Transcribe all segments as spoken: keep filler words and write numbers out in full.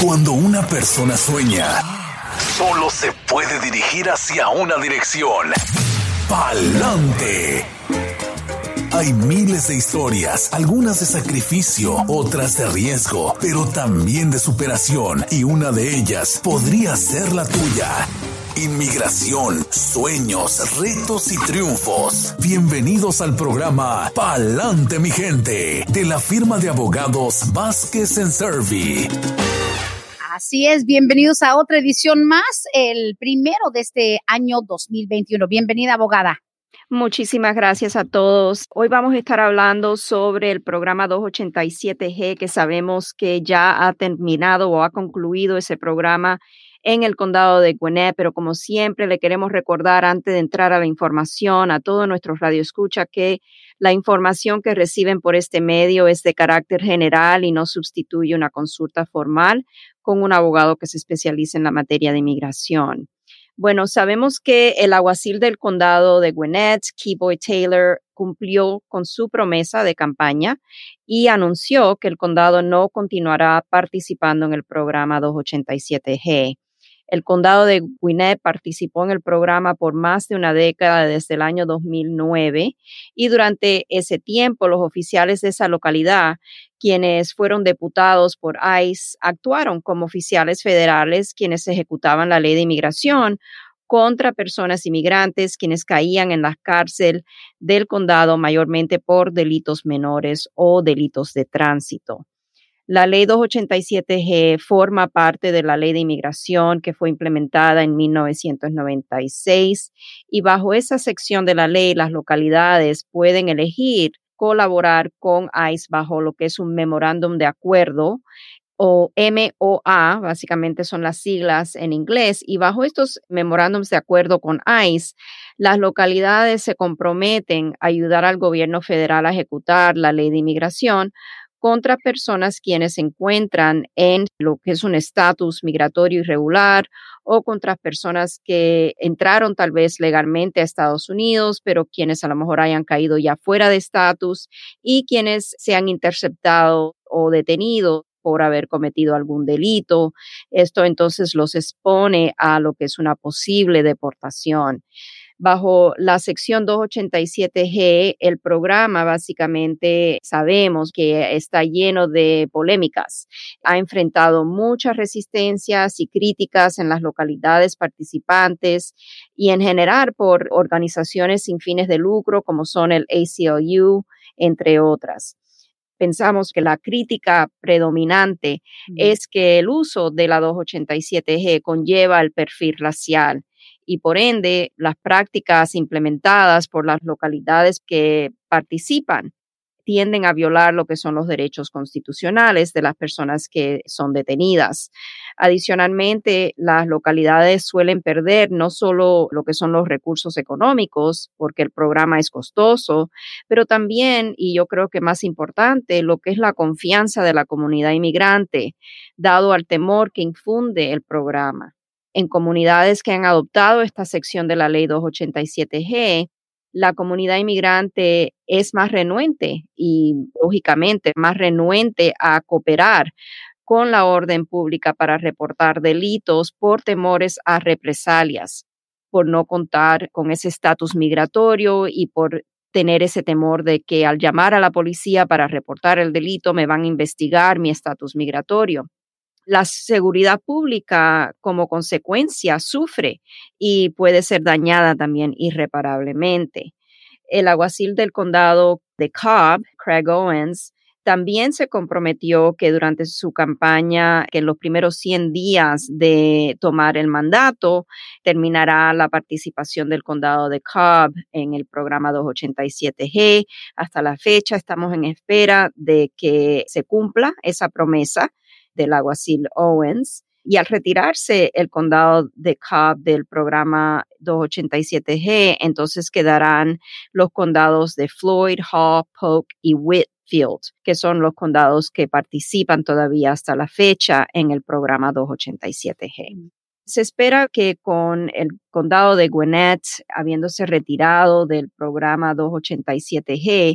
Cuando una persona sueña, solo se puede dirigir hacia una dirección: pa'lante. Hay miles de historias, algunas de sacrificio, otras de riesgo, pero también de superación, y una de ellas podría ser la tuya. Inmigración, sueños, retos y triunfos. Bienvenidos al programa Pa'lante, mi gente, de la firma de abogados Vázquez and Servi. Así es, bienvenidos a otra edición más, el primero de este año dos mil veintiuno. Bienvenida, abogada. Muchísimas gracias a todos. Hoy vamos a estar hablando sobre el programa doscientos ochenta y siete G, que sabemos que ya ha terminado o ha concluido ese programa en el condado de Gwinnett, pero como siempre le queremos recordar antes de entrar a la información a todos nuestros radioescuchas que la información que reciben por este medio es de carácter general y no sustituye una consulta formal con un abogado que se especialice en la materia de inmigración. Bueno, sabemos que el alguacil del condado de Gwinnett, Keyboy Taylor, cumplió con su promesa de campaña y anunció que el condado no continuará participando en el programa doscientos ochenta y siete G. El condado de Gwinnett participó en el programa por más de una década desde el año dos mil nueve y durante ese tiempo los oficiales de esa localidad, quienes fueron diputados por I C E, actuaron como oficiales federales quienes ejecutaban la ley de inmigración contra personas inmigrantes quienes caían en la cárcel del condado mayormente por delitos menores o delitos de tránsito. La ley doscientos ochenta y siete G forma parte de la ley de inmigración que fue implementada en mil novecientos noventa y seis y bajo esa sección de la ley las localidades pueden elegir colaborar con I C E bajo lo que es un memorándum de acuerdo o M O A, básicamente son las siglas en inglés, y bajo estos memorándums de acuerdo con I C E, las localidades se comprometen a ayudar al gobierno federal a ejecutar la ley de inmigración contra personas quienes se encuentran en lo que es un estatus migratorio irregular o contra personas que entraron tal vez legalmente a Estados Unidos, pero quienes a lo mejor hayan caído ya fuera de estatus y quienes se han interceptado o detenido por haber cometido algún delito. Esto entonces los expone a lo que es una posible deportación. Bajo la sección doscientos ochenta y siete G, el programa básicamente sabemos que está lleno de polémicas. Ha enfrentado muchas resistencias y críticas en las localidades participantes y en general por organizaciones sin fines de lucro como son el A C L U, entre otras. Pensamos que la crítica predominante mm. es que el uso de la doscientos ochenta y siete G conlleva el perfil racial y por ende las prácticas implementadas por las localidades que participan tienden a violar lo que son los derechos constitucionales de las personas que son detenidas. Adicionalmente, las localidades suelen perder no solo lo que son los recursos económicos, porque el programa es costoso, pero también, y yo creo que más importante, lo que es la confianza de la comunidad inmigrante, dado al temor que infunde el programa. En comunidades que han adoptado esta sección de la ley doscientos ochenta y siete G, la comunidad inmigrante es más renuente y, lógicamente, más renuente a cooperar con la orden pública para reportar delitos por temores a represalias, por no contar con ese estatus migratorio y por tener ese temor de que al llamar a la policía para reportar el delito me van a investigar mi estatus migratorio. La seguridad pública como consecuencia sufre y puede ser dañada también irreparablemente. El alguacil del condado de Cobb, Craig Owens, también se comprometió que durante su campaña, que en los primeros cien días de tomar el mandato, terminará la participación del condado de Cobb en el programa doscientos ochenta y siete G. Hasta la fecha estamos en espera de que se cumpla esa promesa del alguacil Owens. Y al retirarse el condado de Cobb del programa doscientos ochenta y siete G, entonces quedarán los condados de Floyd, Hall, Polk y Whitfield, que son los condados que participan todavía hasta la fecha en el programa doscientos ochenta y siete G. Se espera que con el condado de Gwinnett habiéndose retirado del programa doscientos ochenta y siete G,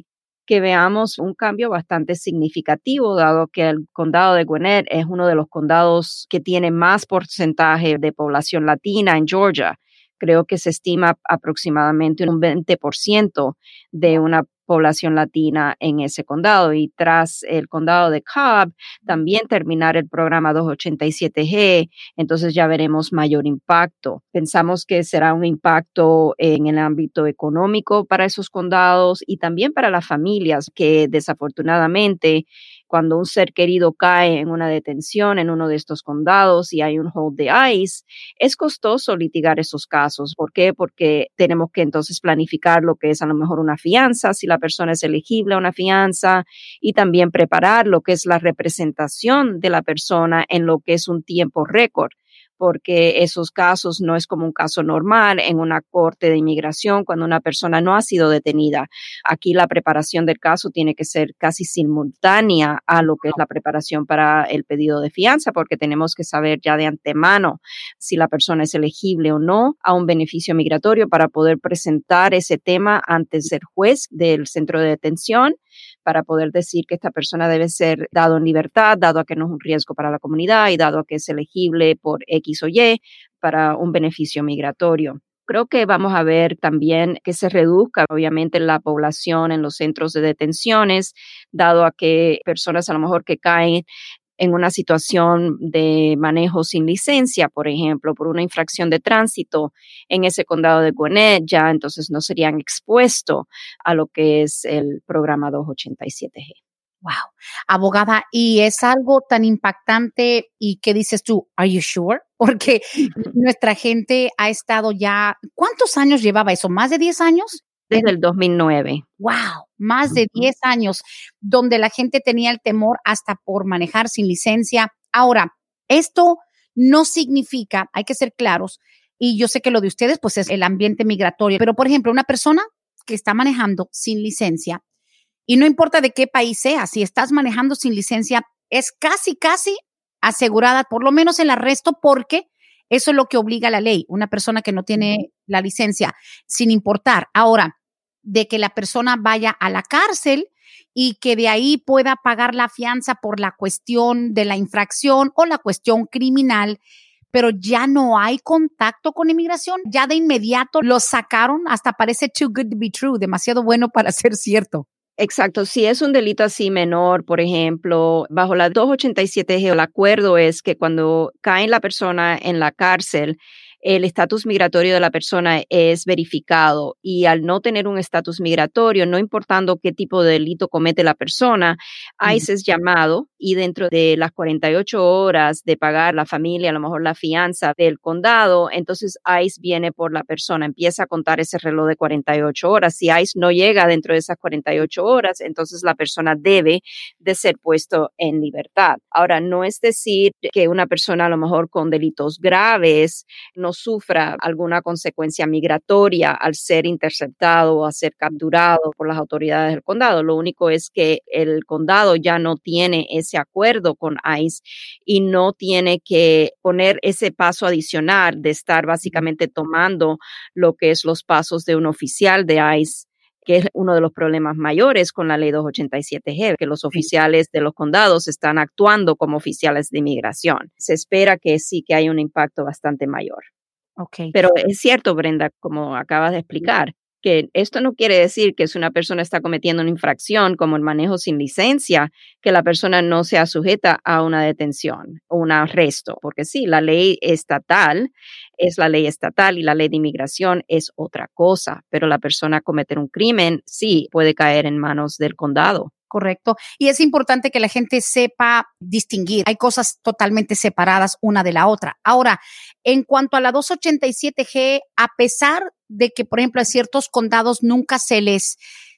que veamos un cambio bastante significativo, dado que el condado de Gwinnett es uno de los condados que tiene más porcentaje de población latina en Georgia. Creo que se estima aproximadamente un veinte por ciento de una población latina en ese condado, y tras el condado de Cobb también terminar el programa doscientos ochenta y siete G, entonces ya veremos mayor impacto. Pensamos que será un impacto en el ámbito económico para esos condados y también para las familias que desafortunadamente cuando un ser querido cae en una detención en uno de estos condados y hay un hold de ICE, es costoso litigar esos casos. ¿Por qué? Porque tenemos que entonces planificar lo que es a lo mejor una fianza, si la persona es elegible a una fianza, y también preparar lo que es la representación de la persona en lo que es un tiempo récord, porque esos casos no es como un caso normal en una corte de inmigración cuando una persona no ha sido detenida. Aquí la preparación del caso tiene que ser casi simultánea a lo que es la preparación para el pedido de fianza, porque tenemos que saber ya de antemano si la persona es elegible o no a un beneficio migratorio para poder presentar ese tema ante el juez del centro de detención, para poder decir que esta persona debe ser dado en libertad, dado a que no es un riesgo para la comunidad y dado a que es elegible por X o Y para un beneficio migratorio. Creo que vamos a ver también que se reduzca, obviamente, la población en los centros de detenciones, dado a que personas a lo mejor que caen en una situación de manejo sin licencia, por ejemplo, por una infracción de tránsito en ese condado de Gwinnett, ya entonces no serían expuestos a lo que es el programa doscientos ochenta y siete G. Wow. Abogada, y es algo tan impactante, y ¿qué dices tú? ¿Are you sure? Porque nuestra gente ha estado ya, ¿cuántos años llevaba eso? ¿Más de diez años? Desde el dos mil nueve. Wow, más de diez años, donde la gente tenía el temor hasta por manejar sin licencia. Ahora, esto no significa, hay que ser claros, y yo sé que lo de ustedes pues es el ambiente migratorio, pero por ejemplo, una persona que está manejando sin licencia, y no importa de qué país sea, si estás manejando sin licencia, es casi, casi asegurada, por lo menos el arresto, porque eso es lo que obliga la ley, una persona que no tiene la licencia, sin importar. Ahora, de que la persona vaya a la cárcel y que de ahí pueda pagar la fianza por la cuestión de la infracción o la cuestión criminal, pero ya no hay contacto con inmigración, ya de inmediato lo sacaron, hasta parece too good to be true, demasiado bueno para ser cierto. Exacto, si es un delito así menor, por ejemplo, bajo la doscientos ochenta y siete G, el acuerdo es que cuando cae la persona en la cárcel, el estatus migratorio de la persona es verificado, y al no tener un estatus migratorio, no importando qué tipo de delito comete la persona, ICE es llamado, y dentro de las cuarenta y ocho horas de pagar la familia, a lo mejor la fianza del condado, entonces ICE viene por la persona, empieza a contar ese reloj de cuarenta y ocho horas. Si ICE no llega dentro de esas cuarenta y ocho horas, entonces la persona debe de ser puesto en libertad. Ahora, no es decir que una persona a lo mejor con delitos graves no sufra alguna consecuencia migratoria al ser interceptado o a ser capturado por las autoridades del condado. Lo único es que el condado ya no tiene ese acuerdo con ICE y no tiene que poner ese paso adicional de estar básicamente tomando lo que es los pasos de un oficial de ICE, que es uno de los problemas mayores con la ley doscientos ochenta y siete G, que los oficiales de los condados están actuando como oficiales de inmigración. Se espera que sí que hay un impacto bastante mayor. Okay. Pero es cierto, Brenda, como acabas de explicar, que esto no quiere decir que si una persona está cometiendo una infracción como el manejo sin licencia, que la persona no sea sujeta a una detención o un arresto, porque sí, la ley estatal es la ley estatal y la ley de inmigración es otra cosa, pero la persona cometer un crimen sí puede caer en manos del condado. Correcto. Y es importante que la gente sepa distinguir. Hay cosas totalmente separadas una de la otra. Ahora, en cuanto a la doscientos ochenta y siete G, a pesar de que, por ejemplo, a ciertos condados nunca se les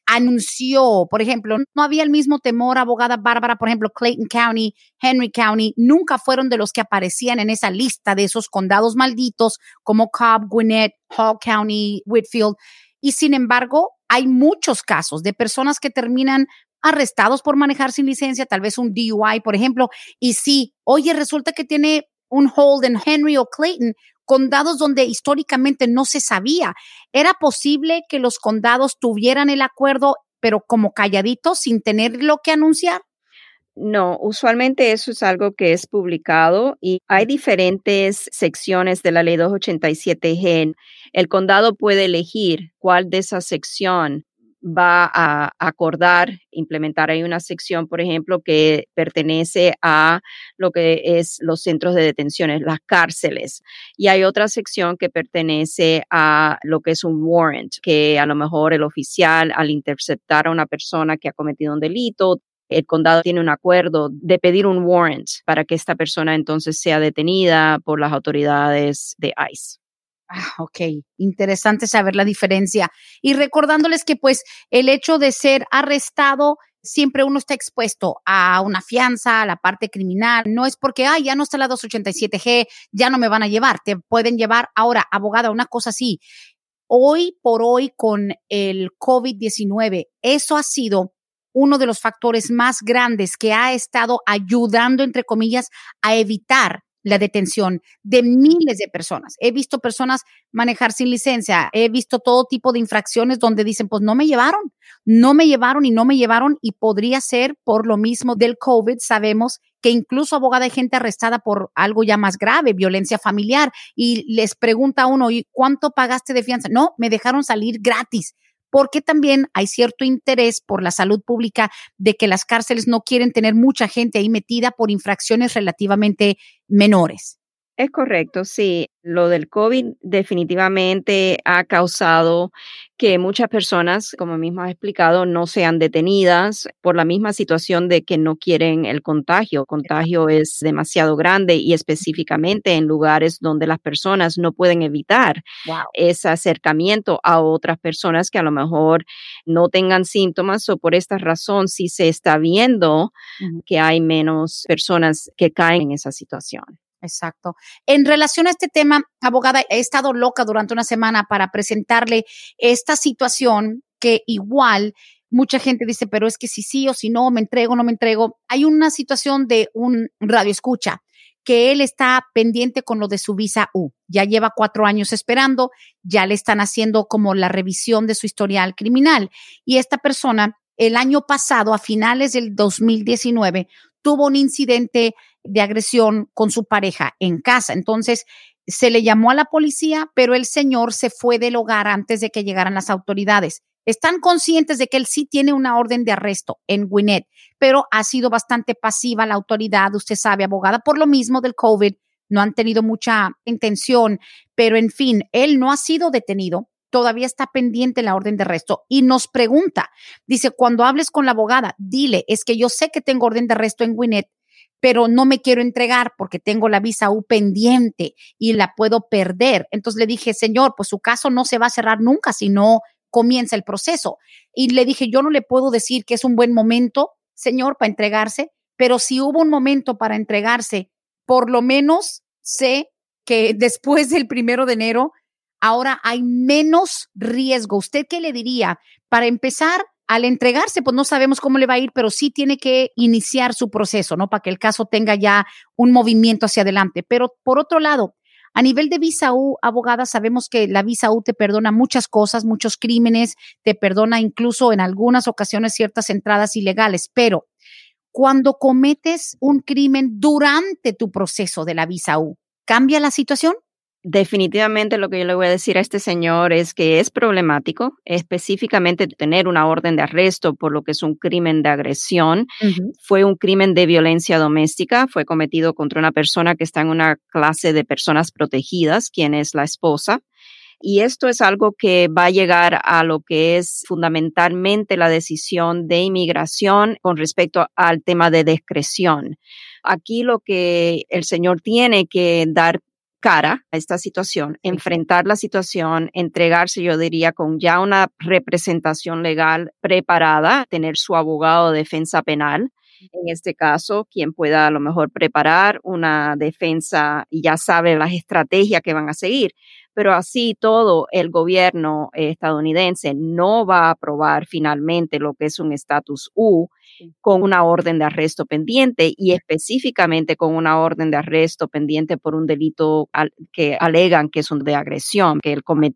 anunció, por ejemplo, no había el mismo temor, abogada Bárbara, por ejemplo, Clayton County, Henry County, nunca fueron de los que aparecían en esa lista de esos condados malditos como Cobb, Gwinnett, Hall County, Whitfield. Y sin embargo, hay muchos casos de personas que terminan arrestados por manejar sin licencia, tal vez un D U I, por ejemplo, y sí, oye, resulta que tiene un hold en Henry o Clayton, condados donde históricamente no se sabía. ¿Era posible que los condados tuvieran el acuerdo pero como calladito, sin tener lo que anunciar. No, usualmente eso es algo que es publicado y hay diferentes secciones de la ley doscientos ochenta y siete G. El condado puede elegir cuál de esa sección va a acordar, implementar. Hay una sección, por ejemplo, que pertenece a lo que es los centros de detenciones, las cárceles. Y hay otra sección que pertenece a lo que es un warrant, que a lo mejor el oficial, al interceptar a una persona que ha cometido un delito, el condado tiene un acuerdo de pedir un warrant para que esta persona entonces sea detenida por las autoridades de ICE. Ah, ok, interesante saber la diferencia. Y recordándoles que pues el hecho de ser arrestado, siempre uno está expuesto a una fianza, a la parte criminal. No es porque, ah, ya no está la doscientos ochenta y siete G, ya no me van a llevar. Te pueden llevar. Ahora, abogada, una cosa así. Hoy por hoy con el COVID diecinueve, eso ha sido uno de los factores más grandes que ha estado ayudando, entre comillas, a evitar la detención de miles de personas. He visto personas manejar sin licencia, he visto todo tipo de infracciones donde dicen, pues no me llevaron, no me llevaron y no me llevaron y podría ser por lo mismo del COVID. Sabemos que incluso, abogada, hay gente arrestada por algo ya más grave, violencia familiar, y les pregunta a uno, ¿y cuánto pagaste de fianza? No, me dejaron salir gratis. Porque también hay cierto interés por la salud pública de que las cárceles no quieren tener mucha gente ahí metida por infracciones relativamente menores. Es correcto, sí. Lo del COVID definitivamente ha causado que muchas personas, como mismo has explicado, no sean detenidas por la misma situación de que no quieren el contagio. El contagio es demasiado grande y específicamente en lugares donde las personas no pueden evitar Wow. ese acercamiento a otras personas que a lo mejor no tengan síntomas, o por esta razón sí se está viendo Uh-huh. que hay menos personas que caen en esa situación. Exacto. En relación a este tema, abogada, he estado loca durante una semana para presentarle esta situación que igual mucha gente dice, pero es que si sí o si no, me entrego, no me entrego. Hay una situación de un radioescucha que él está pendiente con lo de su visa U. Ya lleva cuatro años esperando, ya le están haciendo como la revisión de su historial criminal. Y esta persona, el año pasado, a finales del dos mil diecinueve, tuvo un incidente de agresión con su pareja en casa. Entonces, se le llamó a la policía, pero el señor se fue del hogar antes de que llegaran las autoridades. Están conscientes de que él sí tiene una orden de arresto en Gwinnett, pero ha sido bastante pasiva la autoridad, usted sabe, abogada, por lo mismo del COVID, no han tenido mucha intención, pero en fin, él no ha sido detenido, todavía está pendiente la orden de arresto y nos pregunta, dice, cuando hables con la abogada, dile, es que yo sé que tengo orden de arresto en Gwinnett, pero no me quiero entregar porque tengo la visa U pendiente y la puedo perder. Entonces le dije, señor, pues su caso no se va a cerrar nunca si no comienza el proceso. Y le dije, yo no le puedo decir que es un buen momento, señor, para entregarse, pero si hubo un momento para entregarse, por lo menos sé que después del primero de enero, ahora hay menos riesgo. ¿Usted qué le diría? Para empezar, al entregarse, pues no sabemos cómo le va a ir, pero sí tiene que iniciar su proceso, ¿no? Para que el caso tenga ya un movimiento hacia adelante. Pero por otro lado, a nivel de visa U, abogada, sabemos que la visa U te perdona muchas cosas, muchos crímenes, te perdona incluso en algunas ocasiones ciertas entradas ilegales, pero cuando cometes un crimen durante tu proceso de la visa U, ¿cambia la situación? Definitivamente lo que yo le voy a decir a este señor es que es problemático, específicamente tener una orden de arresto por lo que es un crimen de agresión. Uh-huh. Fue un crimen de violencia doméstica, fue cometido contra una persona que está en una clase de personas protegidas, quien es la esposa. Y esto es algo que va a llegar a lo que es fundamentalmente la decisión de inmigración con respecto al tema de discreción. Aquí lo que el señor tiene que dar cara a esta situación, sí. Enfrentar la situación, entregarse, yo diría, con ya una representación legal preparada, tener su abogado de defensa penal. En este caso, quien pueda a lo mejor preparar una defensa y ya sabe las estrategias que van a seguir. Pero así todo, el gobierno estadounidense no va a aprobar finalmente lo que es un estatus U con una orden de arresto pendiente y específicamente con una orden de arresto pendiente por un delito al, que alegan que es un de agresión que él cometió.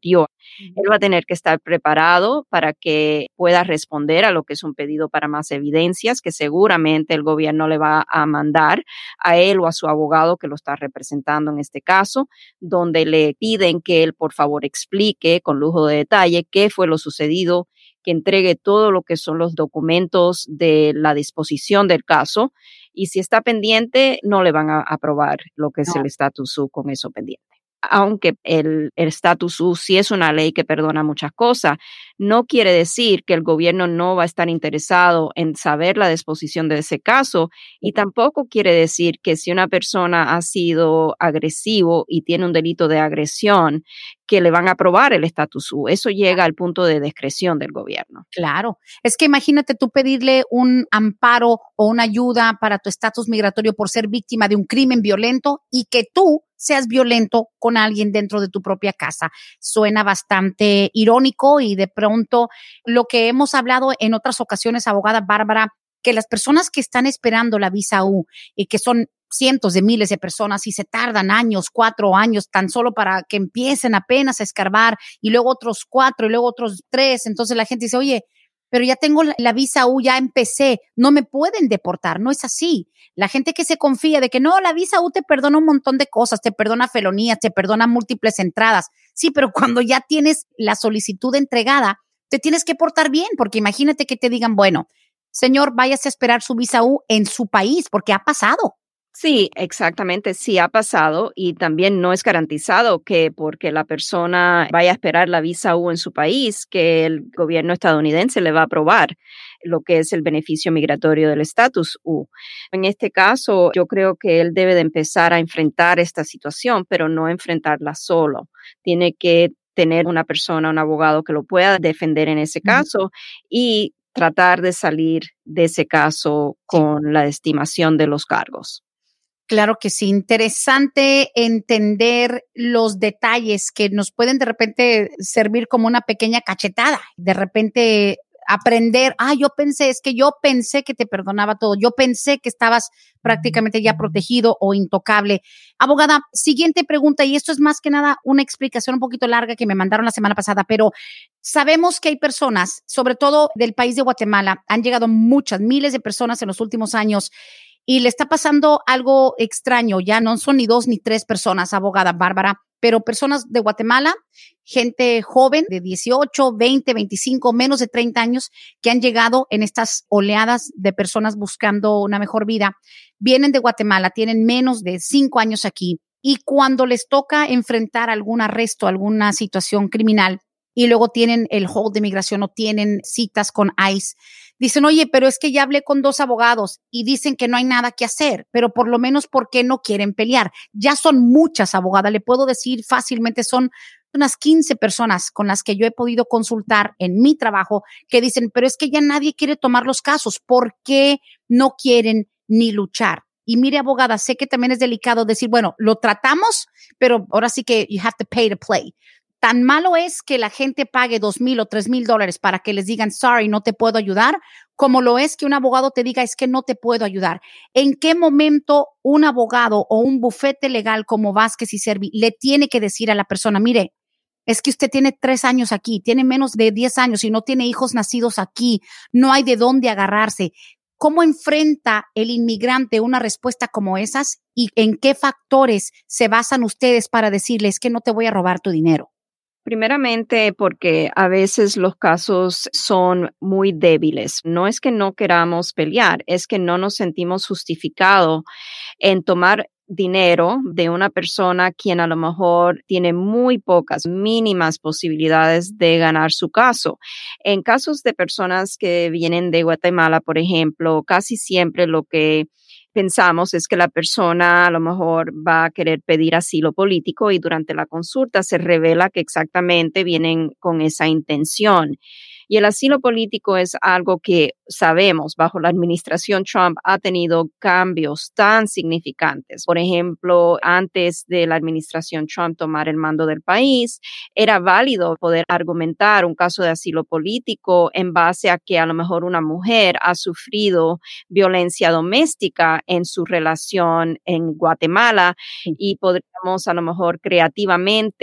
Él va a tener que estar preparado para que pueda responder a lo que es un pedido para más evidencias que seguramente el gobierno le va a mandar a él o a su abogado que lo está representando en este caso, donde le piden que él por favor explique con lujo de detalle qué fue lo sucedido, que entregue todo lo que son los documentos de la disposición del caso, y si está pendiente no le van a aprobar lo que es No. el status quo con eso pendiente. Aunque el, el status quo sí es una ley que perdona muchas cosas, no quiere decir que el gobierno no va a estar interesado en saber la disposición de ese caso, y tampoco quiere decir que si una persona ha sido agresivo y tiene un delito de agresión, que le van a aprobar el status quo. Eso llega al punto de discreción del gobierno. Claro. Es que imagínate tú pedirle un amparo o una ayuda para tu estatus migratorio por ser víctima de un crimen violento y que tú seas violento con alguien dentro de tu propia casa. Suena bastante irónico y de pronto lo que hemos hablado en otras ocasiones, abogada Bárbara, que las personas que están esperando la visa U y que son cientos de miles de personas y se tardan años, cuatro años, tan solo para que empiecen apenas a escarbar y luego otros cuatro y luego otros tres. Entonces la gente dice, oye, pero ya tengo la visa U, ya empecé, no me pueden deportar. No es así. La gente que se confía de que no, la visa U te perdona un montón de cosas, te perdona felonías, te perdona múltiples entradas. Sí, pero cuando ya tienes la solicitud entregada, te tienes que portar bien, porque imagínate que te digan, bueno, señor, váyase a esperar su visa U en su país, porque ha pasado. Sí, exactamente, sí ha pasado, y también no es garantizado que porque la persona vaya a esperar la visa U en su país, que el gobierno estadounidense le va a aprobar lo que es el beneficio migratorio del status U. En este caso, yo creo que él debe de empezar a enfrentar esta situación, pero no enfrentarla solo. Tiene que tener una persona, un abogado que lo pueda defender en ese caso y tratar de salir de ese caso con la estimación de los cargos. Claro que sí, interesante entender los detalles que nos pueden de repente servir como una pequeña cachetada. De repente aprender, ah, yo pensé, es que yo pensé que te perdonaba todo, yo pensé que estabas prácticamente ya protegido o intocable. Abogada, siguiente pregunta, y esto es más que nada una explicación un poquito larga que me mandaron la semana pasada, pero sabemos que hay personas, sobre todo del país de Guatemala, han llegado muchas, miles de personas en los últimos años, y le está pasando algo extraño, ya no son ni dos ni tres personas, abogada Bárbara, pero personas de Guatemala, gente joven de dieciocho, veinte, veinticinco, menos de treinta años, que han llegado en estas oleadas de personas buscando una mejor vida, vienen de Guatemala, tienen menos de cinco años aquí, y cuando les toca enfrentar algún arresto, alguna situación criminal, y luego tienen el hold de migración o tienen citas con ICE, dicen, oye, pero es que ya hablé con dos abogados y dicen que no hay nada que hacer, pero por lo menos, ¿por qué no quieren pelear? Ya son muchas, abogada, le puedo decir fácilmente, son unas quince personas con las que yo he podido consultar en mi trabajo que dicen, pero es que ya nadie quiere tomar los casos, ¿por qué no quieren ni luchar? Y mire, abogada, sé que también es delicado decir, bueno, lo tratamos, pero ahora sí que you have to pay to play. Tan malo es que la gente pague dos mil o tres mil dólares para que les digan, sorry, no te puedo ayudar, como lo es que un abogado te diga, es que no te puedo ayudar. ¿En qué momento un abogado o un bufete legal como Vázquez y Servi le tiene que decir a la persona, mire, es que usted tiene tres años aquí, tiene menos de diez años y no tiene hijos nacidos aquí, no hay de dónde agarrarse? ¿Cómo enfrenta el inmigrante una respuesta como esas y en qué factores se basan ustedes para decirles que no te voy a robar tu dinero? Primeramente, porque a veces los casos son muy débiles. No es que no queramos pelear, es que no nos sentimos justificados en tomar dinero de una persona quien a lo mejor tiene muy pocas, mínimas posibilidades de ganar su caso. En casos de personas que vienen de Guatemala, por ejemplo, casi siempre lo que pensamos es que la persona a lo mejor va a querer pedir asilo político y durante la consulta se revela que exactamente vienen con esa intención. Y el asilo político es algo que sabemos bajo la administración Trump ha tenido cambios tan significantes. Por ejemplo, antes de la administración Trump tomar el mando del país, era válido poder argumentar un caso de asilo político en base a que a lo mejor una mujer ha sufrido violencia doméstica en su relación en Guatemala y podríamos a lo mejor creativamente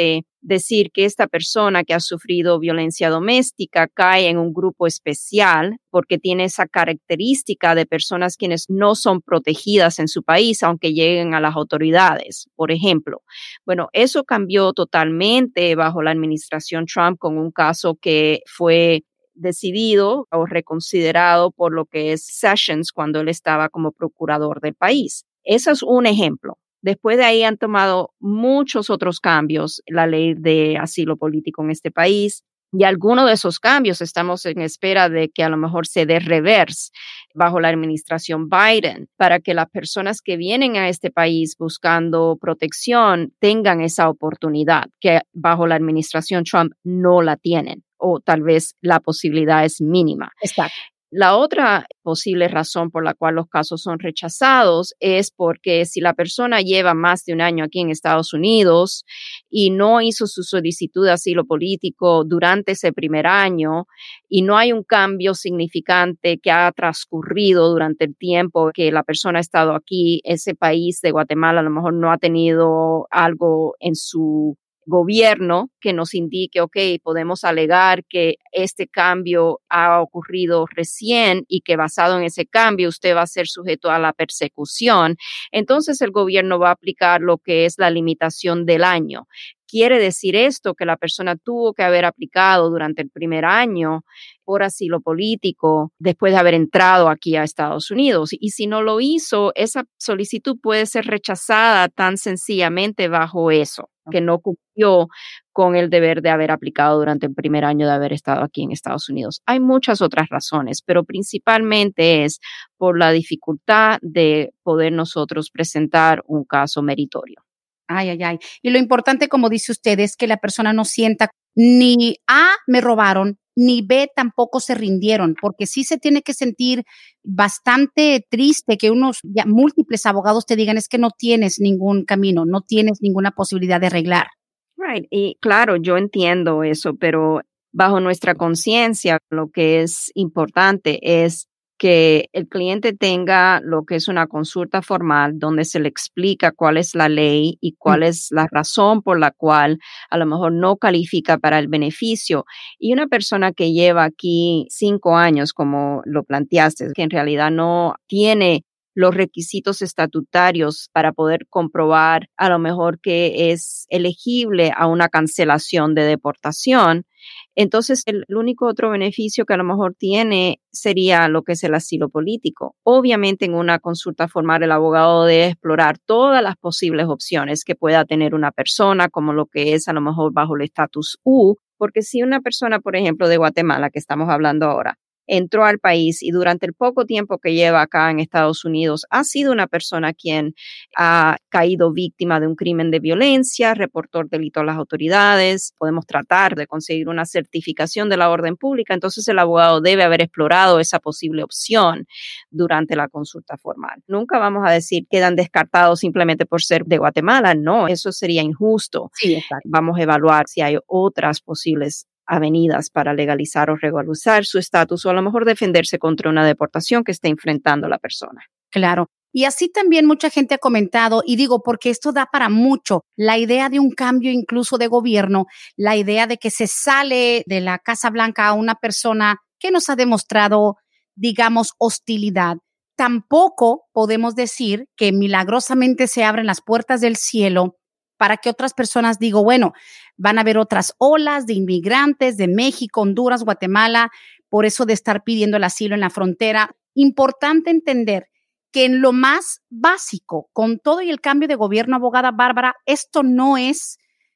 decir que esta persona que ha sufrido violencia doméstica cae en un grupo especial porque tiene esa característica de personas quienes no son protegidas en su país, aunque lleguen a las autoridades, por ejemplo. Bueno, eso cambió totalmente bajo la administración Trump con un caso que fue decidido o reconsiderado por lo que es Sessions cuando él estaba como procurador del país. Eso es un ejemplo. Después de ahí han tomado muchos otros cambios, la ley de asilo político en este país, y algunos de esos cambios estamos en espera de que a lo mejor se dé reverse bajo la administración Biden para que las personas que vienen a este país buscando protección tengan esa oportunidad que bajo la administración Trump no la tienen, o tal vez la posibilidad es mínima. Exacto. La otra posible razón por la cual los casos son rechazados es porque si la persona lleva más de un año aquí en Estados Unidos y no hizo su solicitud de asilo político durante ese primer año y no hay un cambio significante que ha transcurrido durante el tiempo que la persona ha estado aquí, ese país de Guatemala a lo mejor no ha tenido algo en su gobierno que nos indique, ok, podemos alegar que este cambio ha ocurrido recién y que basado en ese cambio usted va a ser sujeto a la persecución, entonces el gobierno va a aplicar lo que es la limitación del año. Quiere decir esto que la persona tuvo que haber aplicado durante el primer año por asilo político después de haber entrado aquí a Estados Unidos. Y si no lo hizo, esa solicitud puede ser rechazada tan sencillamente bajo eso, que no cumplió con el deber de haber aplicado durante el primer año de haber estado aquí en Estados Unidos. Hay muchas otras razones, pero principalmente es por la dificultad de poder nosotros presentar un caso meritorio. Ay, ay, ay. Y lo importante, como dice usted, es que la persona no sienta ni A, me robaron, ni B, tampoco se rindieron, porque sí se tiene que sentir bastante triste que unos ya múltiples abogados te digan es que no tienes ningún camino, no tienes ninguna posibilidad de arreglar. Right. Y claro, yo entiendo eso, pero bajo nuestra conciencia, lo que es importante es que el cliente tenga lo que es una consulta formal donde se le explica cuál es la ley y cuál es la razón por la cual a lo mejor no califica para el beneficio. Y una persona que lleva aquí cinco años, como lo planteaste, que en realidad no tiene los requisitos estatutarios para poder comprobar a lo mejor que es elegible a una cancelación de deportación, entonces el, el único otro beneficio que a lo mejor tiene sería lo que es el asilo político. Obviamente en una consulta formal el abogado debe explorar todas las posibles opciones que pueda tener una persona, como lo que es a lo mejor bajo el estatus U, porque si una persona, por ejemplo, de Guatemala, que estamos hablando ahora, entró al país y durante el poco tiempo que lleva acá en Estados Unidos ha sido una persona quien ha caído víctima de un crimen de violencia, reportó el delito a las autoridades, podemos tratar de conseguir una certificación de la orden pública, entonces el abogado debe haber explorado esa posible opción durante la consulta formal. Nunca vamos a decir quedan descartados simplemente por ser de Guatemala, no, eso sería injusto. Sí, exacto. Vamos a evaluar si hay otras posibles avenidas para legalizar o regularizar su estatus o a lo mejor defenderse contra una deportación que esté enfrentando la persona. Claro. Y así también mucha gente ha comentado, y digo porque esto da para mucho, la idea de un cambio incluso de gobierno, la idea de que se sale de la Casa Blanca a una persona que nos ha demostrado, digamos, hostilidad. Tampoco podemos decir que milagrosamente se abren las puertas del cielo para que otras personas digo, bueno, van a haber otras olas de inmigrantes de México, Honduras, Guatemala, por eso de estar pidiendo el asilo en la frontera. Importante entender que en lo más básico, con todo y el cambio de gobierno, abogada Bárbara, esto no es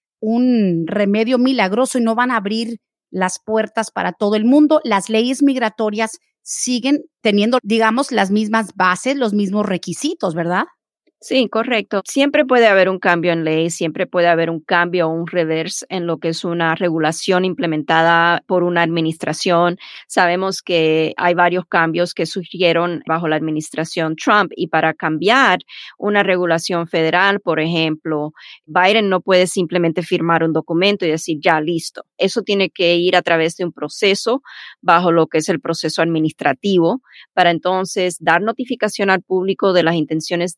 un remedio milagroso y no van a abrir las puertas para todo el mundo. Las leyes migratorias siguen teniendo, digamos, las mismas bases, los mismos requisitos, ¿verdad? Sí, correcto. Siempre puede haber un cambio en ley, siempre puede haber un cambio o un reverse en lo que es una regulación implementada por una administración. Sabemos que hay varios cambios que surgieron bajo la administración Trump y para cambiar una regulación federal, por ejemplo, Biden no puede simplemente firmar un documento y decir ya listo. Eso tiene que ir a través de un proceso bajo lo que es el proceso administrativo para entonces dar notificación al público de las intenciones del cambio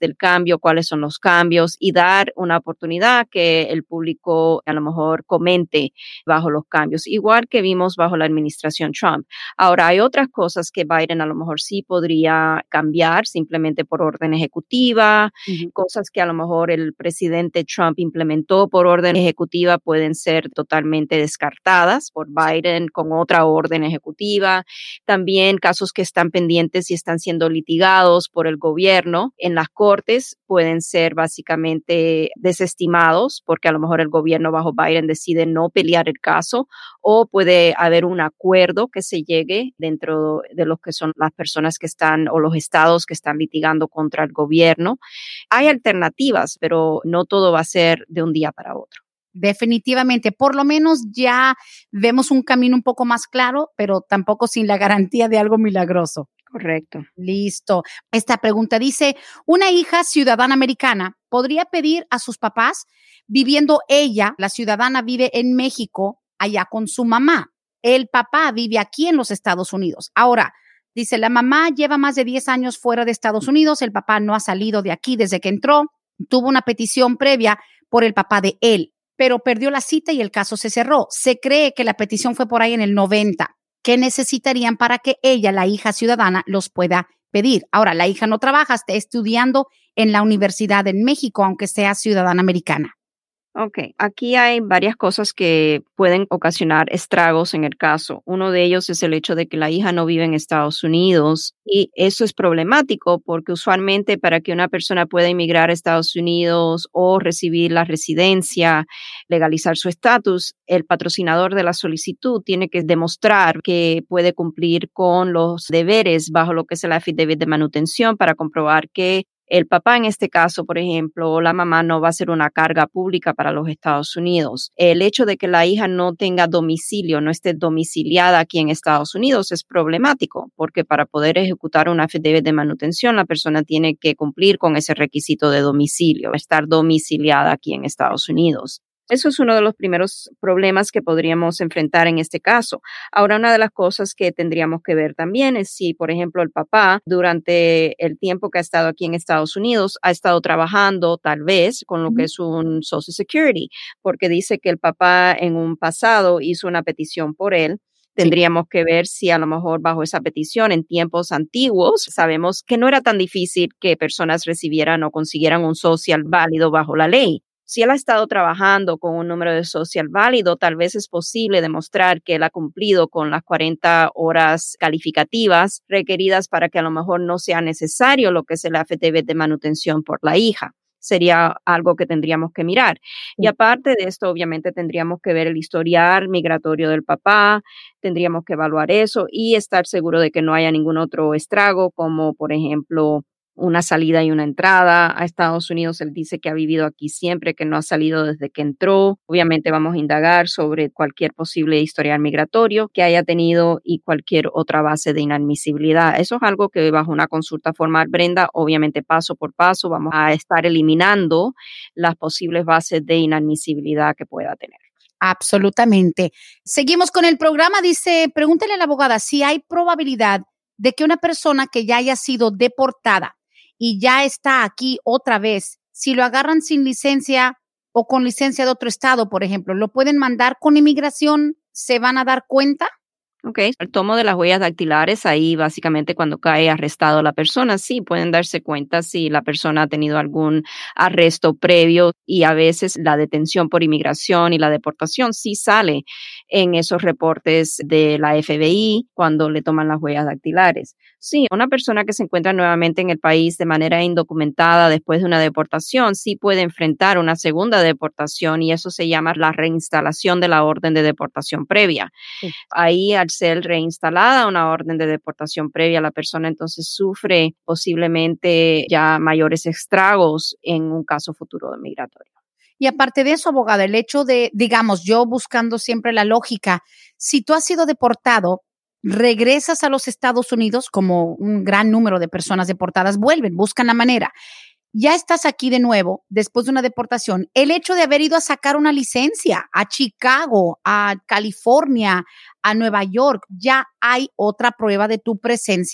cambio, cuáles son los cambios y dar una oportunidad que el público a lo mejor comente bajo los cambios, igual que vimos bajo la administración Trump. Ahora, hay otras cosas que Biden a lo mejor sí podría cambiar simplemente por orden ejecutiva, uh-huh. Cosas que a lo mejor el presidente Trump implementó por orden ejecutiva pueden ser totalmente descartadas por Biden con otra orden ejecutiva. También casos que están pendientes y están siendo litigados por el gobierno en las cortes pueden ser básicamente desestimados porque a lo mejor el gobierno bajo Biden decide no pelear el caso, o puede haber un acuerdo que se llegue dentro de los que son las personas que están o los estados que están litigando contra el gobierno. Hay alternativas, pero no todo va a ser de un día para otro. Definitivamente, por lo menos ya vemos un camino un poco más claro, pero tampoco sin la garantía de algo milagroso. Correcto. Listo. Esta pregunta dice, una hija ciudadana americana podría pedir a sus papás, viviendo ella, la ciudadana vive en México, allá con su mamá. El papá vive aquí en los Estados Unidos. Ahora, dice, la mamá lleva más de diez años fuera de Estados Unidos, el papá no ha salido de aquí desde que entró, tuvo una petición previa por el papá de él, pero perdió la cita y el caso se cerró. Se cree que la petición fue por ahí en el noventa. ¿Qué necesitarían para que ella, la hija ciudadana, los pueda pedir? Ahora, la hija no trabaja, está estudiando en la universidad en México, aunque sea ciudadana americana. Ok, aquí hay varias cosas que pueden ocasionar estragos en el caso. Uno de ellos es el hecho de que la hija no vive en Estados Unidos y eso es problemático porque usualmente para que una persona pueda emigrar a Estados Unidos o recibir la residencia, legalizar su estatus, el patrocinador de la solicitud tiene que demostrar que puede cumplir con los deberes bajo lo que es el affidavit de manutención para comprobar que el papá, en este caso, por ejemplo, o la mamá no va a ser una carga pública para los Estados Unidos. El hecho de que la hija no tenga domicilio, no esté domiciliada aquí en Estados Unidos es problemático, porque para poder ejecutar una affidavit de manutención, la persona tiene que cumplir con ese requisito de domicilio, estar domiciliada aquí en Estados Unidos. Eso es uno de los primeros problemas que podríamos enfrentar en este caso. Ahora, una de las cosas que tendríamos que ver también es si, por ejemplo, el papá, durante el tiempo que ha estado aquí en Estados Unidos, ha estado trabajando tal vez con lo que es un Social Security, porque dice que el papá en un pasado hizo una petición por él. Tendríamos que ver si a lo mejor bajo esa petición en tiempos antiguos sabemos que no era tan difícil que personas recibieran o consiguieran un social válido bajo la ley. Si él ha estado trabajando con un número de social válido, tal vez es posible demostrar que él ha cumplido con las cuarenta horas calificativas requeridas para que a lo mejor no sea necesario lo que es el affidavit de manutención por la hija. Sería algo que tendríamos que mirar. Y aparte de esto, obviamente tendríamos que ver el historial migratorio del papá, tendríamos que evaluar eso y estar seguro de que no haya ningún otro estrago, como por ejemplo una salida y una entrada a Estados Unidos. Él dice que ha vivido aquí siempre, que no ha salido desde que entró. Obviamente vamos a indagar sobre cualquier posible historial migratorio que haya tenido y cualquier otra base de inadmisibilidad. Eso es algo que bajo una consulta formal, Brenda, obviamente paso por paso vamos a estar eliminando las posibles bases de inadmisibilidad que pueda tener. Absolutamente. Seguimos con el programa. Dice, pregúntale a la abogada si hay probabilidad de que una persona que ya haya sido deportada y ya está aquí otra vez, si lo agarran sin licencia o con licencia de otro estado, por ejemplo, ¿lo pueden mandar con inmigración? ¿Se van a dar cuenta? Ok, el tomo de las huellas dactilares, ahí básicamente cuando cae arrestado la persona, sí pueden darse cuenta si la persona ha tenido algún arresto previo y a veces la detención por inmigración y la deportación sí sale en esos reportes de la F B I cuando le toman las huellas dactilares. Sí, una persona que se encuentra nuevamente en el país de manera indocumentada después de una deportación sí puede enfrentar una segunda deportación y eso se llama la reinstalación de la orden de deportación previa. Sí. Ahí al ser reinstalada una orden de deportación previa, la persona entonces sufre posiblemente ya mayores estragos en un caso futuro de migratorio. Y aparte de eso, abogada, el hecho de, digamos, yo buscando siempre la lógica, si tú has sido deportado, regresas a los Estados Unidos, como un gran número de personas deportadas vuelven, buscan la manera. Ya estás aquí de nuevo, después de una deportación. El hecho de haber ido a sacar una licencia a Chicago, a California, a Nueva York, ya hay otra prueba de tu presencia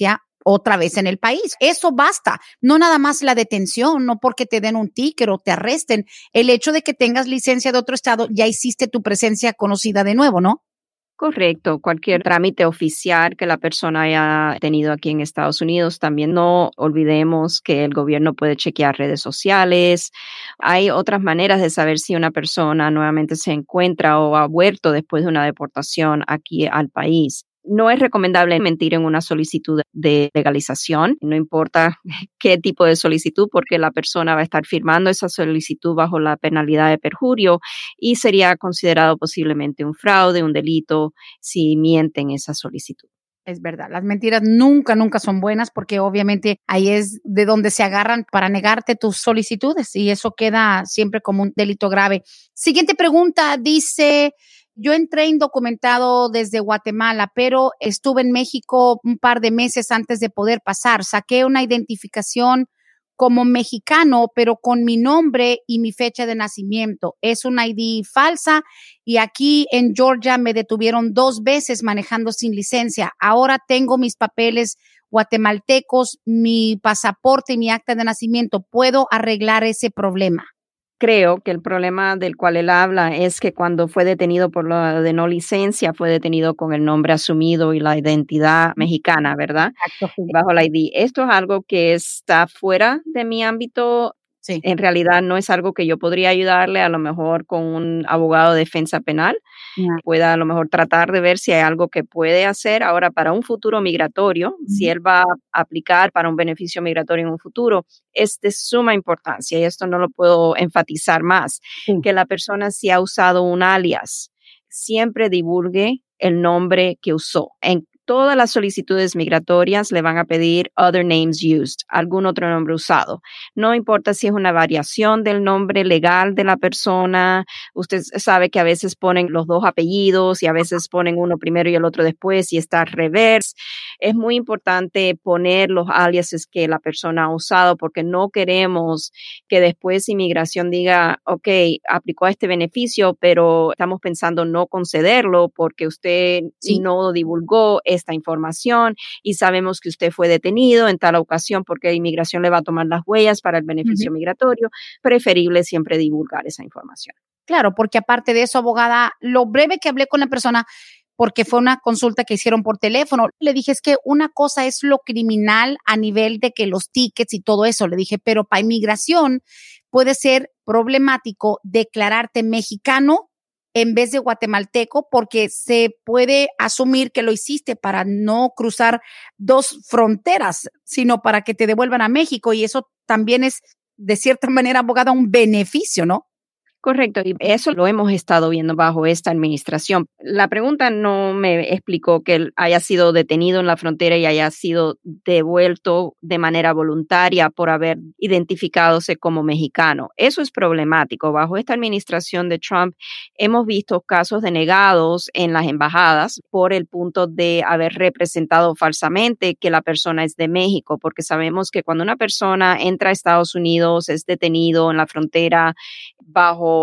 otra vez en el país. Eso basta. No nada más la detención, no porque te den un ticket o te arresten. El hecho de que tengas licencia de otro estado, ya hiciste tu presencia conocida de nuevo, ¿no? Correcto, cualquier trámite oficial que la persona haya tenido aquí en Estados Unidos. También no olvidemos que el gobierno puede chequear redes sociales. Hay otras maneras de saber si una persona nuevamente se encuentra o ha vuelto después de una deportación aquí al país. No es recomendable mentir en una solicitud de legalización, no importa qué tipo de solicitud, porque la persona va a estar firmando esa solicitud bajo la penalidad de perjurio y sería considerado posiblemente un fraude, un delito, si miente en esa solicitud. Es verdad, las mentiras nunca, nunca son buenas porque obviamente ahí es de donde se agarran para negarte tus solicitudes y eso queda siempre como un delito grave. Siguiente pregunta, dice... Yo entré indocumentado desde Guatemala, pero estuve en México un par de meses antes de poder pasar. Saqué una identificación como mexicano, pero con mi nombre y mi fecha de nacimiento. Es una I D falsa y aquí en Georgia me detuvieron dos veces manejando sin licencia. Ahora tengo mis papeles guatemaltecos, mi pasaporte y mi acta de nacimiento. ¿Puedo arreglar ese problema? Creo que el problema del cual él habla es que cuando fue detenido por lo de no licencia, fue detenido con el nombre asumido y la identidad mexicana, ¿verdad? Exacto. Bajo la I D. Esto es algo que está fuera de mi ámbito. Sí. En realidad no es algo que yo podría ayudarle, a lo mejor con un abogado de defensa penal. Yeah. Pueda a lo mejor tratar de ver si hay algo que puede hacer. Ahora, para un futuro migratorio, mm-hmm. si él va a aplicar para un beneficio migratorio en un futuro, es de suma importancia, y esto no lo puedo enfatizar más, sí. que la persona, si ha usado un alias, siempre divulgue el nombre que usó. En todas las solicitudes migratorias le van a pedir other names used, algún otro nombre usado. No importa si es una variación del nombre legal de la persona. Usted sabe que a veces ponen los dos apellidos y a veces ponen uno primero y el otro después y está al revés. Es muy importante poner los aliases que la persona ha usado porque no queremos que después inmigración diga, ok, aplicó a este beneficio, pero estamos pensando no concederlo porque usted sí. no divulgó esta información y sabemos que usted fue detenido en tal ocasión porque inmigración le va a tomar las huellas para el beneficio uh-huh. migratorio. Preferible siempre divulgar esa información. Claro, porque aparte de eso, abogada, lo breve que hablé con la persona, porque fue una consulta que hicieron por teléfono, le dije, es que una cosa es lo criminal a nivel de que los tickets y todo eso, le dije, pero para inmigración puede ser problemático declararte mexicano en vez de guatemalteco, porque se puede asumir que lo hiciste para no cruzar dos fronteras, sino para que te devuelvan a México, y eso también es, de cierta manera, abogada, un beneficio, ¿no? Correcto, y eso lo hemos estado viendo bajo esta administración. La pregunta no me explicó que él haya sido detenido en la frontera y haya sido devuelto de manera voluntaria por haber identificadose como mexicano. Eso es problemático. Bajo esta administración de Trump hemos visto casos denegados en las embajadas por el punto de haber representado falsamente que la persona es de México, porque sabemos que cuando una persona entra a Estados Unidos, es detenido en la frontera bajo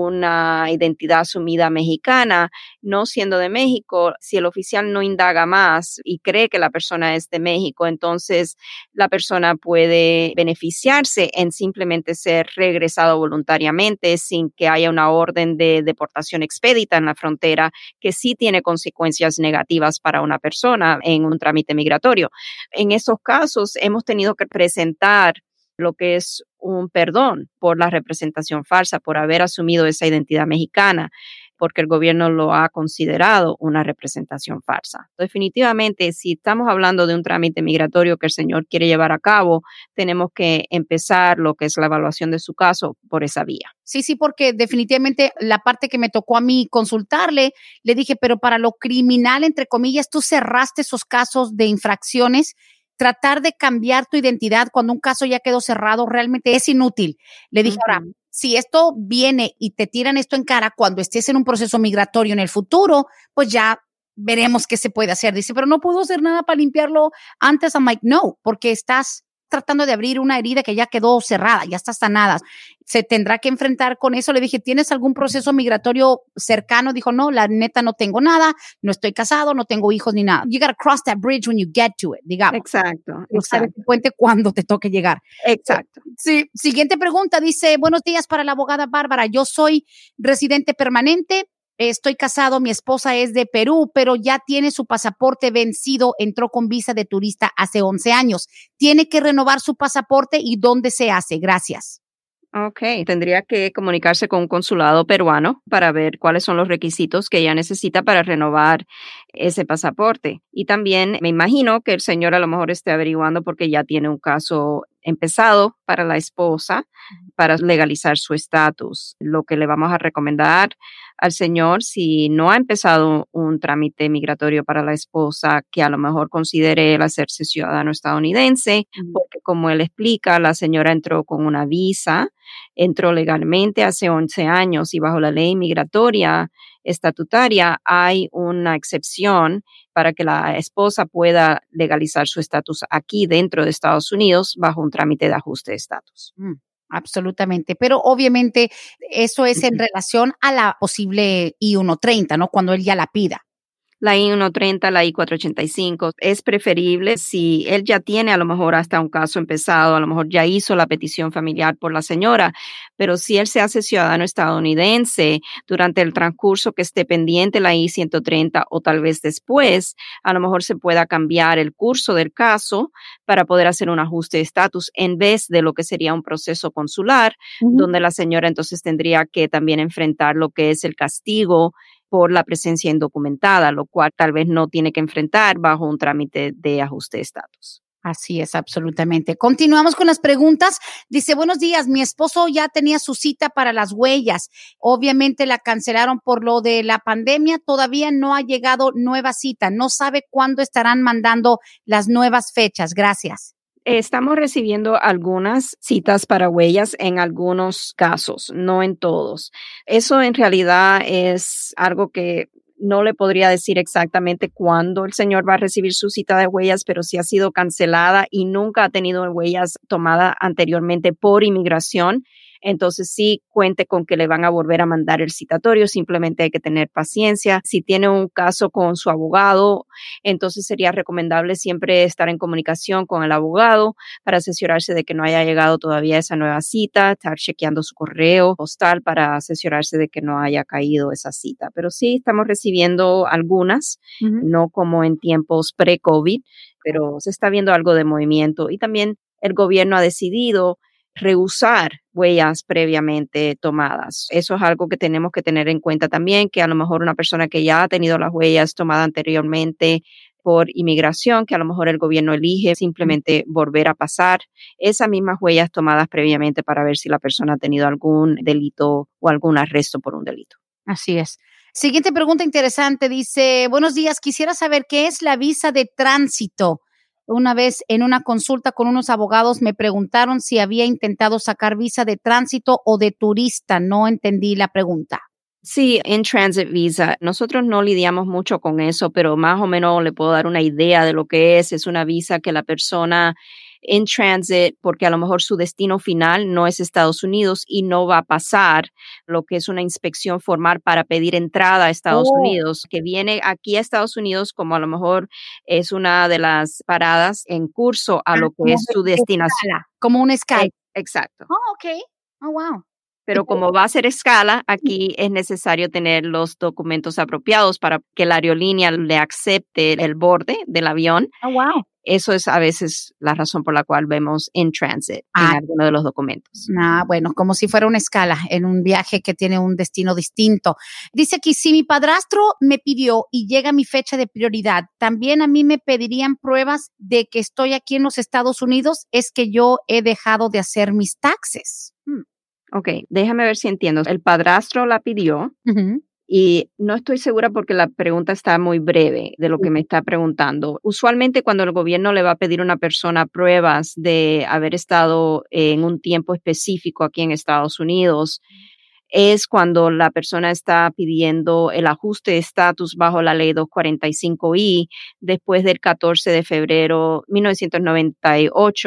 una identidad asumida mexicana, no siendo de México, si el oficial no indaga más y cree que la persona es de México, entonces la persona puede beneficiarse en simplemente ser regresado voluntariamente sin que haya una orden de deportación expedita en la frontera, que sí tiene consecuencias negativas para una persona en un trámite migratorio. En esos casos hemos tenido que presentar lo que es un perdón por la representación falsa, por haber asumido esa identidad mexicana, porque el gobierno lo ha considerado una representación falsa. Definitivamente, si estamos hablando de un trámite migratorio que el señor quiere llevar a cabo, tenemos que empezar lo que es la evaluación de su caso por esa vía. Sí, sí, porque definitivamente la parte que me tocó a mí consultarle, le dije, pero para lo criminal, entre comillas, tú cerraste esos casos de infracciones. Tratar de cambiar tu identidad cuando un caso ya quedó cerrado realmente es inútil. Le dije, uh-huh. ahora, si esto viene y te tiran esto en cara cuando estés en un proceso migratorio en el futuro, pues ya veremos qué se puede hacer. Dice, pero no puedo hacer nada para limpiarlo antes. I'm like, no, porque estás tratando de abrir una herida que ya quedó cerrada, ya está sanada. Se tendrá que enfrentar con eso. Le dije, ¿tienes algún proceso migratorio cercano? Dijo, no, la neta no tengo nada, no estoy casado, no tengo hijos ni nada. You gotta cross that bridge when you get to it, digamos. Exacto, Cruzar exacto. ese puente cuando te toque llegar. Exacto. Sí. Siguiente pregunta, dice, buenos días para la abogada Bárbara. Yo soy residente permanente. Estoy casado, mi esposa es de Perú, pero ya tiene su pasaporte vencido, entró con visa de turista hace once años. ¿Tiene que renovar su pasaporte y dónde se hace? Gracias. Ok, tendría que comunicarse con un consulado peruano para ver cuáles son los requisitos que ella necesita para renovar ese pasaporte. Y también me imagino que el señor a lo mejor esté averiguando porque ya tiene un caso empezado para la esposa para legalizar su estatus. Lo que le vamos a recomendar al señor, si no ha empezado un trámite migratorio para la esposa, que a lo mejor considere el hacerse ciudadano estadounidense, porque como él explica, la señora entró con una visa, entró legalmente hace once años y bajo la ley migratoria estatutaria hay una excepción para que la esposa pueda legalizar su estatus aquí dentro de Estados Unidos bajo un trámite de ajuste de estatus. Mm, absolutamente, pero obviamente eso es en relación a la posible I uno treinta, ¿no? Cuando él ya la pida. La I uno treinta, la I cuatrocientos ochenta y cinco, es preferible si él ya tiene a lo mejor hasta un caso empezado, a lo mejor ya hizo la petición familiar por la señora, pero si él se hace ciudadano estadounidense durante el transcurso que esté pendiente la I ciento treinta o tal vez después, a lo mejor se pueda cambiar el curso del caso para poder hacer un ajuste de estatus en vez de lo que sería un proceso consular, uh-huh. donde la señora entonces tendría que también enfrentar lo que es el castigo por la presencia indocumentada, lo cual tal vez no tiene que enfrentar bajo un trámite de ajuste de estatus. Así es, absolutamente. Continuamos con las preguntas. Dice, buenos días, mi esposo ya tenía su cita para las huellas. Obviamente la cancelaron por lo de la pandemia. Todavía no ha llegado nueva cita. No sabe cuándo estarán mandando las nuevas fechas. Gracias. Estamos recibiendo algunas citas para huellas en algunos casos, no en todos. Eso en realidad es algo que no le podría decir exactamente cuándo el señor va a recibir su cita de huellas, pero sí ha sido cancelada y nunca ha tenido huellas tomadas anteriormente por inmigración. Entonces sí cuente con que le van a volver a mandar el citatorio, simplemente hay que tener paciencia. Si tiene un caso con su abogado, entonces sería recomendable siempre estar en comunicación con el abogado para asesorarse de que no haya llegado todavía esa nueva cita, estar chequeando su correo postal para asesorarse de que no haya caído esa cita. Pero sí estamos recibiendo algunas, uh-huh. no como en tiempos pre-COVID, pero se está viendo algo de movimiento y también el gobierno ha decidido rehusar huellas previamente tomadas. Eso es algo que tenemos que tener en cuenta también, que a lo mejor una persona que ya ha tenido las huellas tomadas anteriormente por inmigración, que a lo mejor el gobierno elige simplemente volver a pasar esas mismas huellas tomadas previamente para ver si la persona ha tenido algún delito o algún arresto por un delito. Así es. Siguiente pregunta interesante, dice, buenos días, quisiera saber qué es la visa de tránsito. Una vez en una consulta con unos abogados me preguntaron si había intentado sacar visa de tránsito o de turista. No entendí la pregunta. Sí, en Transit Visa. Nosotros no lidiamos mucho con eso, pero más o menos le puedo dar una idea de lo que es. Es una visa que la persona en transit, porque a lo mejor su destino final no es Estados Unidos y no va a pasar lo que es una inspección formal para pedir entrada a Estados oh. Unidos, que viene aquí a Estados Unidos como a lo mejor es una de las paradas en curso a lo que como es su de destinación. Escala, como una escala. Exacto. Oh, ok. Oh, wow. Pero como va a ser escala, aquí es necesario tener los documentos apropiados para que la aerolínea le acepte el borde del avión. Oh, wow. Eso es a veces la razón por la cual vemos in transit ah, en alguno de los documentos. Ah, bueno, como si fuera una escala en un viaje que tiene un destino distinto. Dice aquí, si mi padrastro me pidió y llega mi fecha de prioridad, ¿también a mí me pedirían pruebas de que estoy aquí en los Estados Unidos? Es que yo he dejado de hacer mis taxes. Hmm. Ok, déjame ver si entiendo. El padrastro la pidió. Uh-huh. Y no estoy segura porque la pregunta está muy breve de lo que me está preguntando. Usualmente cuando el gobierno le va a pedir a una persona pruebas de haber estado en un tiempo específico aquí en Estados Unidos, es cuando la persona está pidiendo el ajuste de estatus bajo la ley doscientos cuarenta y cinco I después del catorce de febrero de mil novecientos noventa y ocho,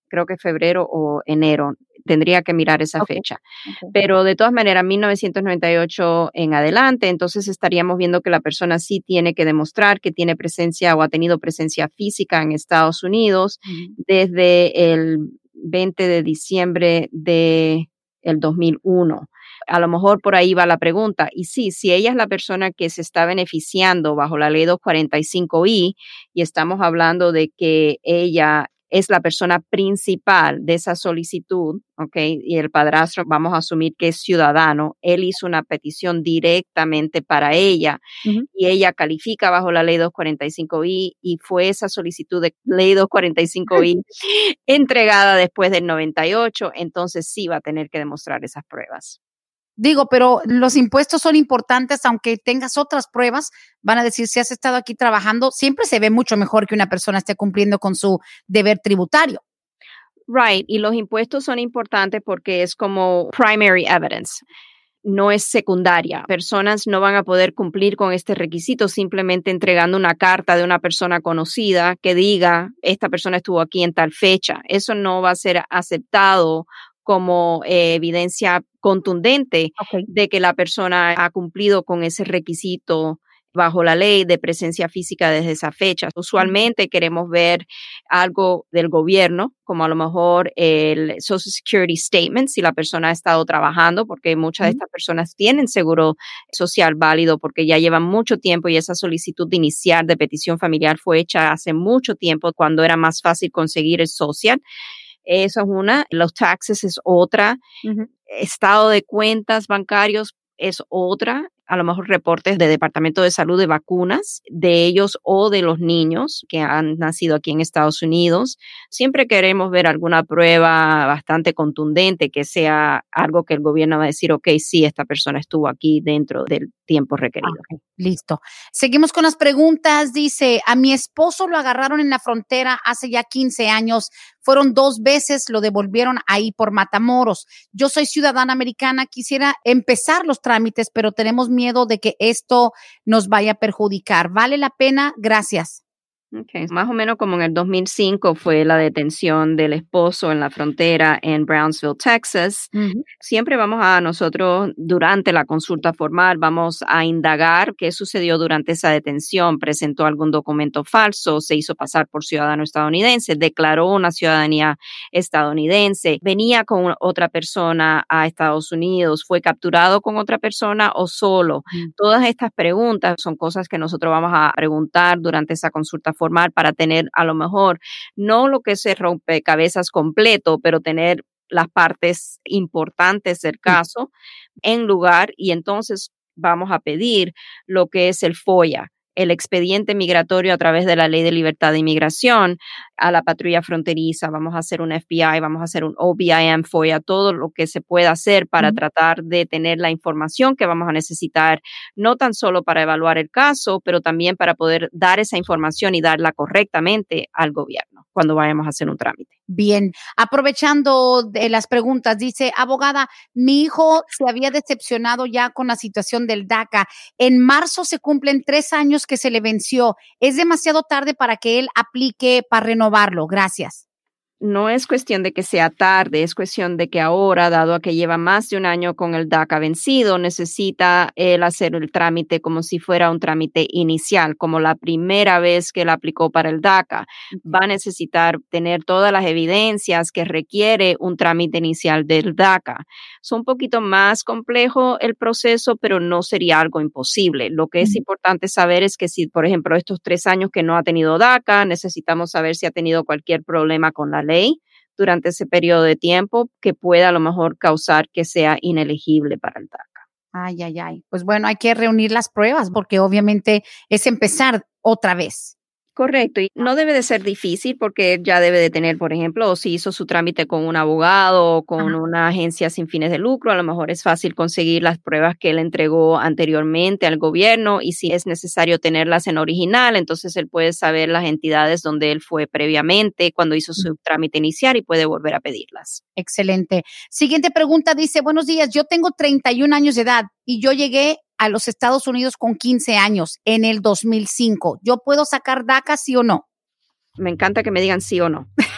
creo que febrero o enero. Tendría que mirar esa Okay. fecha. Okay. Pero de todas maneras, mil novecientos noventa y ocho en adelante, entonces estaríamos viendo que la persona sí tiene que demostrar que tiene presencia o ha tenido presencia física en Estados Unidos Uh-huh. desde el veinte de diciembre de el dos mil uno. A lo mejor por ahí va la pregunta. Y sí, si ella es la persona que se está beneficiando bajo la ley doscientos cuarenta y cinco I y estamos hablando de que ella es la persona principal de esa solicitud, ¿ok? Y el padrastro, vamos a asumir que es ciudadano, él hizo una petición directamente para ella Uh-huh. y ella califica bajo la ley doscientos cuarenta y cinco I y fue esa solicitud de ley doscientos cuarenta y cinco I entregada después del noventa y ocho, entonces sí va a tener que demostrar esas pruebas. Digo, pero los impuestos son importantes, aunque tengas otras pruebas, van a decir, si has estado aquí trabajando, siempre se ve mucho mejor que una persona esté cumpliendo con su deber tributario. Right, y los impuestos son importantes porque es como primary evidence. No es secundaria. Personas no van a poder cumplir con este requisito simplemente entregando una carta de una persona conocida que diga, esta persona estuvo aquí en tal fecha. Eso no va a ser aceptado como eh, evidencia contundente Okay. de que la persona ha cumplido con ese requisito bajo la ley de presencia física desde esa fecha. Usualmente queremos ver algo del gobierno, como a lo mejor el Social Security Statement, si la persona ha estado trabajando, porque muchas de estas personas tienen seguro social válido porque ya llevan mucho tiempo y esa solicitud de iniciar de petición familiar fue hecha hace mucho tiempo cuando era más fácil conseguir el social. Eso es una. Los taxes es otra. Uh-huh. Estado de cuentas bancarios es otra. A lo mejor reportes de Departamento de Salud de vacunas de ellos o de los niños que han nacido aquí en Estados Unidos. Siempre queremos ver alguna prueba bastante contundente que sea algo que el gobierno va a decir, ok, sí, esta persona estuvo aquí dentro del tiempo requerido. Okay, listo. Seguimos con las preguntas. Dice, a mi esposo lo agarraron en la frontera hace ya quince años. Fueron dos veces, lo devolvieron ahí por Matamoros. Yo soy ciudadana americana, quisiera empezar los trámites, pero tenemos miedo de que esto nos vaya a perjudicar. ¿Vale la pena? Gracias. Okay. Más o menos como en el dos mil cinco fue la detención del esposo en la frontera en Brownsville, Texas. Uh-huh. Siempre vamos a nosotros, durante la consulta formal, vamos a indagar qué sucedió durante esa detención. ¿Presentó algún documento falso? ¿Se hizo pasar por ciudadano estadounidense? ¿Declaró una ciudadanía estadounidense? ¿Venía con otra persona a Estados Unidos? ¿Fue capturado con otra persona o solo? Uh-huh. Todas estas preguntas son cosas que nosotros vamos a preguntar durante esa consulta formal para tener a lo mejor no lo que se rompecabezas completo, pero tener las partes importantes del caso en lugar y entonces vamos a pedir lo que es el FOIA, el expediente migratorio a través de la Ley de Libertad de Inmigración a la patrulla fronteriza. Vamos a hacer un F B I, vamos a hacer un O B I M, FOIA, todo lo que se pueda hacer para uh-huh. tratar de tener la información que vamos a necesitar, no tan solo para evaluar el caso, pero también para poder dar esa información y darla correctamente al gobierno cuando vayamos a hacer un trámite. Bien, aprovechando de las preguntas, dice, abogada, mi hijo se había decepcionado ya con la situación del DACA. En marzo se cumplen tres años que se le venció. ¿Es demasiado tarde para que él aplique para renovarlo? Gracias. No es cuestión de que sea tarde, es cuestión de que ahora, dado a que lleva más de un año con el DACA vencido, necesita él hacer el trámite como si fuera un trámite inicial, como la primera vez que él aplicó para el DACA. Va a necesitar tener todas las evidencias que requiere un trámite inicial del DACA. Es un poquito más complejo el proceso, pero no sería algo imposible. Lo que es mm. importante saber es que si, por ejemplo, estos tres años que no ha tenido DACA, necesitamos saber si ha tenido cualquier problema con la ley durante ese periodo de tiempo que pueda a lo mejor causar que sea inelegible para el DACA. Ay, ay, ay. Pues bueno, hay que reunir las pruebas porque obviamente es empezar otra vez. Correcto, y no debe de ser difícil porque él ya debe de tener, por ejemplo, o si hizo su trámite con un abogado o con Ajá. una agencia sin fines de lucro, a lo mejor es fácil conseguir las pruebas que él entregó anteriormente al gobierno y si es necesario tenerlas en original, entonces él puede saber las entidades donde él fue previamente cuando hizo su trámite inicial y puede volver a pedirlas. Excelente. Siguiente pregunta dice, buenos días, yo tengo treinta y un años de edad y yo llegué a los Estados Unidos con quince años en el dos mil cinco. ¿Yo puedo sacar DACA, sí o no? Me encanta que me digan sí o no.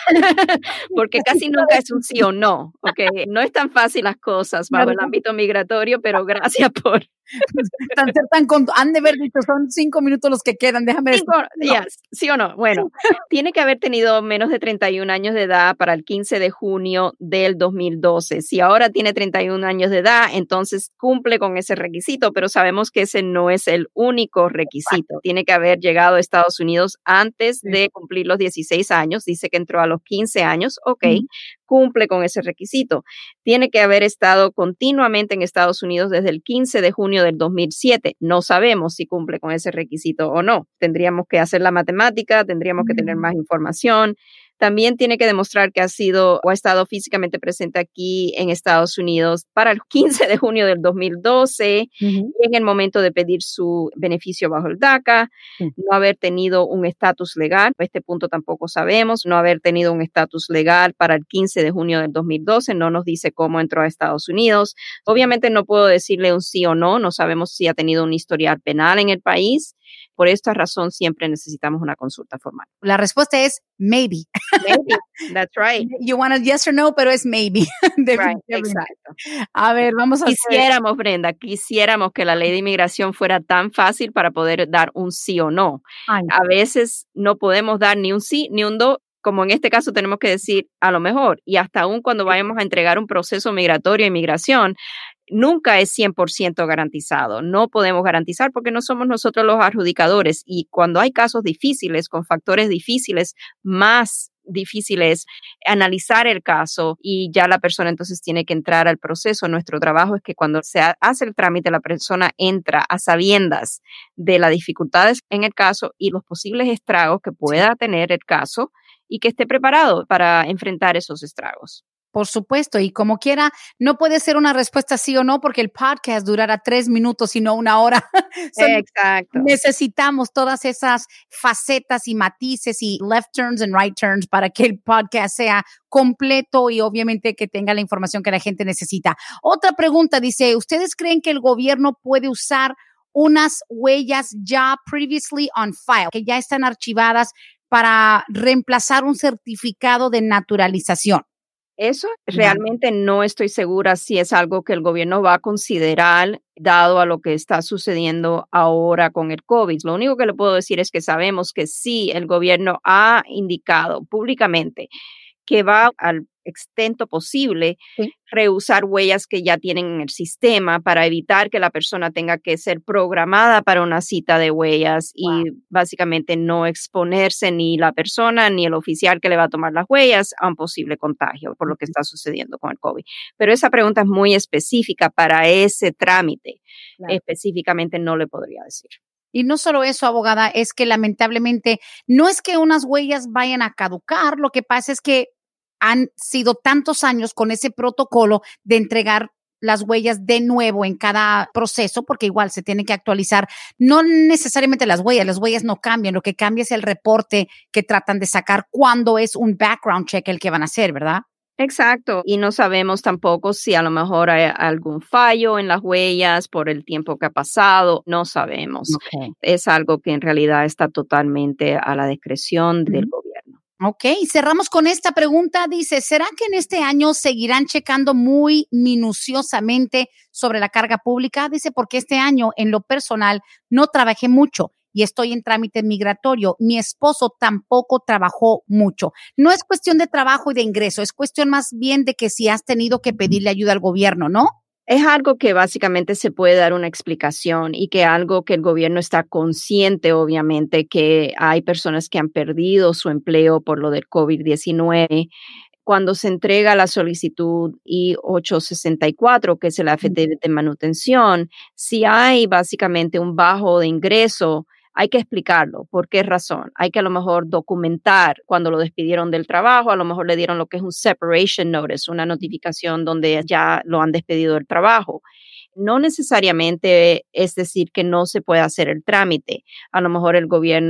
porque casi nunca es un sí o no, ¿ok? No es tan fácil las cosas bajo el ámbito migratorio, pero gracias por... tan, tan con, han de haber dicho, son cinco minutos los que quedan, déjame cinco, decir. No. Yes, ¿sí o no? Bueno, tiene que haber tenido menos de treinta y un años de edad para el quince de junio del dos mil doce. Si ahora tiene treinta y un años de edad, entonces cumple con ese requisito, pero sabemos que ese no es el único requisito. Tiene que haber llegado a Estados Unidos antes sí. de cumplir los dieciséis años. Dice que entró a los quince años, ok, uh-huh. cumple con ese requisito. Tiene que haber estado continuamente en Estados Unidos desde el quince de junio del dos mil siete. No sabemos si cumple con ese requisito o no. Tendríamos que hacer la matemática, tendríamos que tener más información. También tiene que demostrar que ha sido o ha estado físicamente presente aquí en Estados Unidos para el quince de junio del dos mil doce, uh-huh. y en el momento de pedir su beneficio bajo el DACA, uh-huh. no haber tenido un estatus legal, a este punto tampoco sabemos, no haber tenido un estatus legal para el quince de junio del dos mil doce, no nos dice cómo entró a Estados Unidos. Obviamente no puedo decirle un sí o no, no sabemos si ha tenido un historial penal en el país. Por esta razón siempre necesitamos una consulta formal. La respuesta es maybe. Maybe, that's right. You want a yes or no, pero es maybe. Right, exacto. A ver, vamos a Quisiéramos, hacer... Brenda, quisiéramos que la ley de inmigración fuera tan fácil para poder dar un sí o no. Ay. A veces no podemos dar ni un sí ni un no. Como en este caso tenemos que decir a lo mejor, y hasta aún cuando vayamos a entregar un proceso migratorio de inmigración, nunca es cien por ciento garantizado. No podemos garantizar porque no somos nosotros los adjudicadores. Y cuando hay casos difíciles, con factores difíciles, más difícil es analizar el caso y ya la persona entonces tiene que entrar al proceso. Nuestro trabajo es que cuando se hace el trámite, la persona entra a sabiendas de las dificultades en el caso y los posibles estragos que pueda tener el caso y que esté preparado para enfrentar esos estragos. Por supuesto, y como quiera, no puede ser una respuesta sí o no porque el podcast durará tres minutos y no una hora. So, exacto. Necesitamos todas esas facetas y matices y left turns and right turns para que el podcast sea completo y obviamente que tenga la información que la gente necesita. Otra pregunta dice, ¿ustedes creen que el gobierno puede usar unas huellas ya previously on file, que ya están archivadas para reemplazar un certificado de naturalización? Eso realmente no estoy segura si es algo que el gobierno va a considerar dado a lo que está sucediendo ahora con el COVID. Lo único que le puedo decir es que sabemos que sí, el gobierno ha indicado públicamente que va al extento posible sí. reusar huellas que ya tienen en el sistema para evitar que la persona tenga que ser programada para una cita de huellas wow. y básicamente no exponerse ni la persona ni el oficial que le va a tomar las huellas a un posible contagio por lo que está sucediendo con el COVID. Pero esa pregunta es muy específica para ese trámite. Claro. Específicamente no le podría decir. Y no solo eso, abogada, es que lamentablemente no es que unas huellas vayan a caducar, lo que pasa es que han sido tantos años con ese protocolo de entregar las huellas de nuevo en cada proceso, porque igual se tiene que actualizar, no necesariamente las huellas, las huellas no cambian, lo que cambia es el reporte que tratan de sacar cuando es un background check el que van a hacer, ¿verdad? Exacto, y no sabemos tampoco si a lo mejor hay algún fallo en las huellas por el tiempo que ha pasado, no sabemos. Okay. Es algo que en realidad está totalmente a la discreción del mm-hmm. gobierno. Ok, cerramos con esta pregunta. Dice, ¿será que en este año seguirán checando muy minuciosamente sobre la carga pública? Dice, porque este año en lo personal no trabajé mucho y estoy en trámite migratorio. Mi esposo tampoco trabajó mucho. No es cuestión de trabajo y de ingreso, es cuestión más bien de que si has tenido que pedirle ayuda al gobierno, ¿no? Es algo que básicamente se puede dar una explicación y que algo que el gobierno está consciente, obviamente, que hay personas que han perdido su empleo por lo del COVID diecinueve. Cuando se entrega la solicitud I ochocientos sesenta y cuatro, que es el affidavit de manutención, si hay básicamente un bajo de ingreso, hay que explicarlo. ¿Por qué razón? Hay que a lo mejor documentar cuando lo despidieron del trabajo, a lo mejor le dieron lo que es un separation notice, una notificación donde ya lo han despedido del trabajo. No necesariamente es decir que no se puede hacer el trámite. A lo mejor el gobierno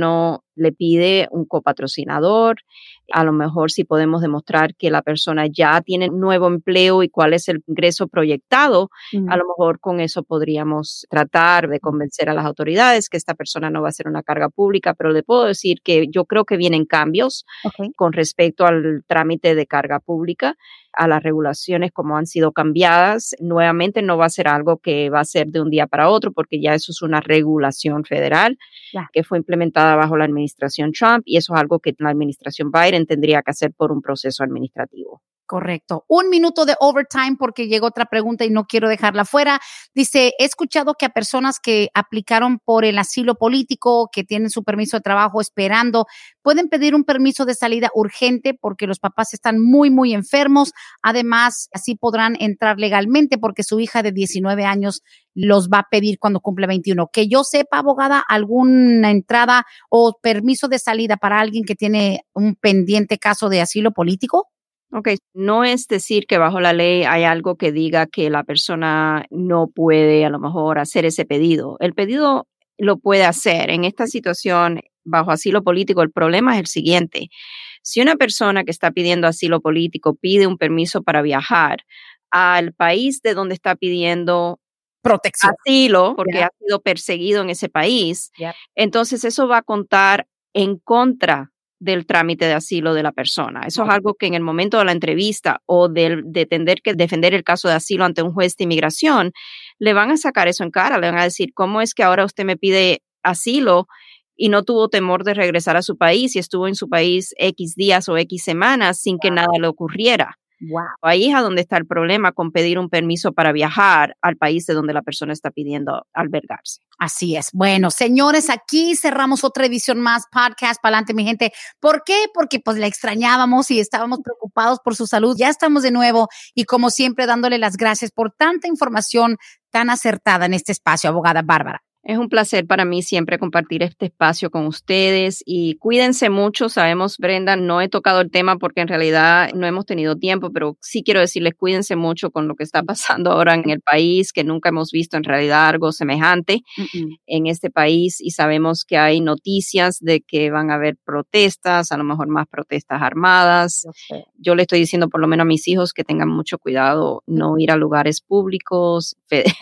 le pide un copatrocinador. A lo mejor si podemos demostrar que la persona ya tiene nuevo empleo y cuál es el ingreso proyectado, uh-huh. a lo mejor con eso podríamos tratar de convencer a las autoridades que esta persona no va a ser una carga pública, pero le puedo decir que yo creo que vienen cambios okay. con respecto al trámite de carga pública, a las regulaciones como han sido cambiadas. Nuevamente no va a ser algo que va a ser de un día para otro, porque ya eso es una regulación federal yeah. que fue implementada bajo la administración Trump, y eso es algo que la administración Biden tendría que hacer por un proceso administrativo. Correcto. Un minuto de overtime porque llegó otra pregunta y no quiero dejarla fuera. Dice, he escuchado que a personas que aplicaron por el asilo político, que tienen su permiso de trabajo esperando, pueden pedir un permiso de salida urgente porque los papás están muy, muy enfermos. Además, así podrán entrar legalmente porque su hija de diecinueve años los va a pedir cuando cumple veintiuno. Que yo sepa, abogada, alguna entrada o permiso de salida para alguien que tiene un pendiente caso de asilo político. Ok, no es decir que bajo la ley hay algo que diga que la persona no puede a lo mejor hacer ese pedido. El pedido lo puede hacer. En esta situación, bajo asilo político, el problema es el siguiente. Si una persona que está pidiendo asilo político pide un permiso para viajar al país de donde está pidiendo protección, asilo, porque yeah. ha sido perseguido en ese país, yeah. entonces eso va a contar en contra del trámite de asilo de la persona. Eso es algo que en el momento de la entrevista o de, de tener que defender el caso de asilo ante un juez de inmigración, le van a sacar eso en cara, le van a decir, ¿cómo es que ahora usted me pide asilo y no tuvo temor de regresar a su país y estuvo en su país X días o X semanas sin que nada le ocurriera? Wow. Ahí es a donde está el problema con pedir un permiso para viajar al país de donde la persona está pidiendo albergarse. Así es. Bueno, señores, aquí cerramos otra edición más, podcast Pa'lante, mi gente. ¿Por qué? Porque pues la extrañábamos y estábamos preocupados por su salud. Ya estamos de nuevo y como siempre dándole las gracias por tanta información tan acertada en este espacio, abogada Bárbara. Es un placer para mí siempre compartir este espacio con ustedes y cuídense mucho. Sabemos, Brenda, no he tocado el tema porque en realidad no hemos tenido tiempo, pero sí quiero decirles cuídense mucho con lo que está pasando ahora en el país, que nunca hemos visto en realidad algo semejante uh-uh. en este país, y sabemos que hay noticias de que van a haber protestas, a lo mejor más protestas armadas. Okay. Yo le estoy diciendo por lo menos a mis hijos que tengan mucho cuidado, no ir a lugares públicos,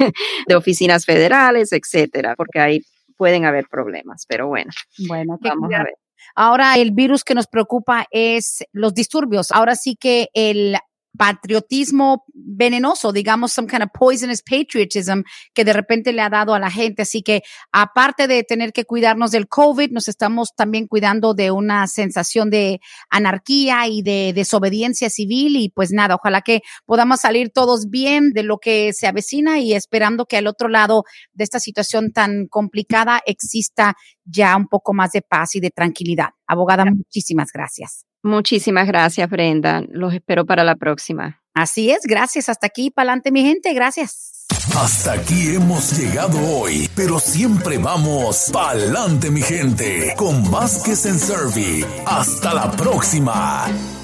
de oficinas federales, etcétera, porque ahí pueden haber problemas, pero bueno, bueno vamos a ver. Ahora el virus que nos preocupa es los disturbios. Ahora sí que el patriotismo venenoso, digamos, some kind of poisonous patriotism que de repente le ha dado a la gente. Así que aparte de tener que cuidarnos del COVID, nos estamos también cuidando de una sensación de anarquía y de desobediencia civil. Y pues nada, ojalá que podamos salir todos bien de lo que se avecina y esperando que al otro lado de esta situación tan complicada exista ya un poco más de paz y de tranquilidad. Abogada, muchísimas gracias. Muchísimas gracias, Brenda. Los espero para la próxima. Así es, gracias. Hasta aquí, pa'lante, mi gente. Gracias. Hasta aquí hemos llegado hoy, pero siempre vamos pa'lante, mi gente, con Vázquez en Servi. Hasta la próxima.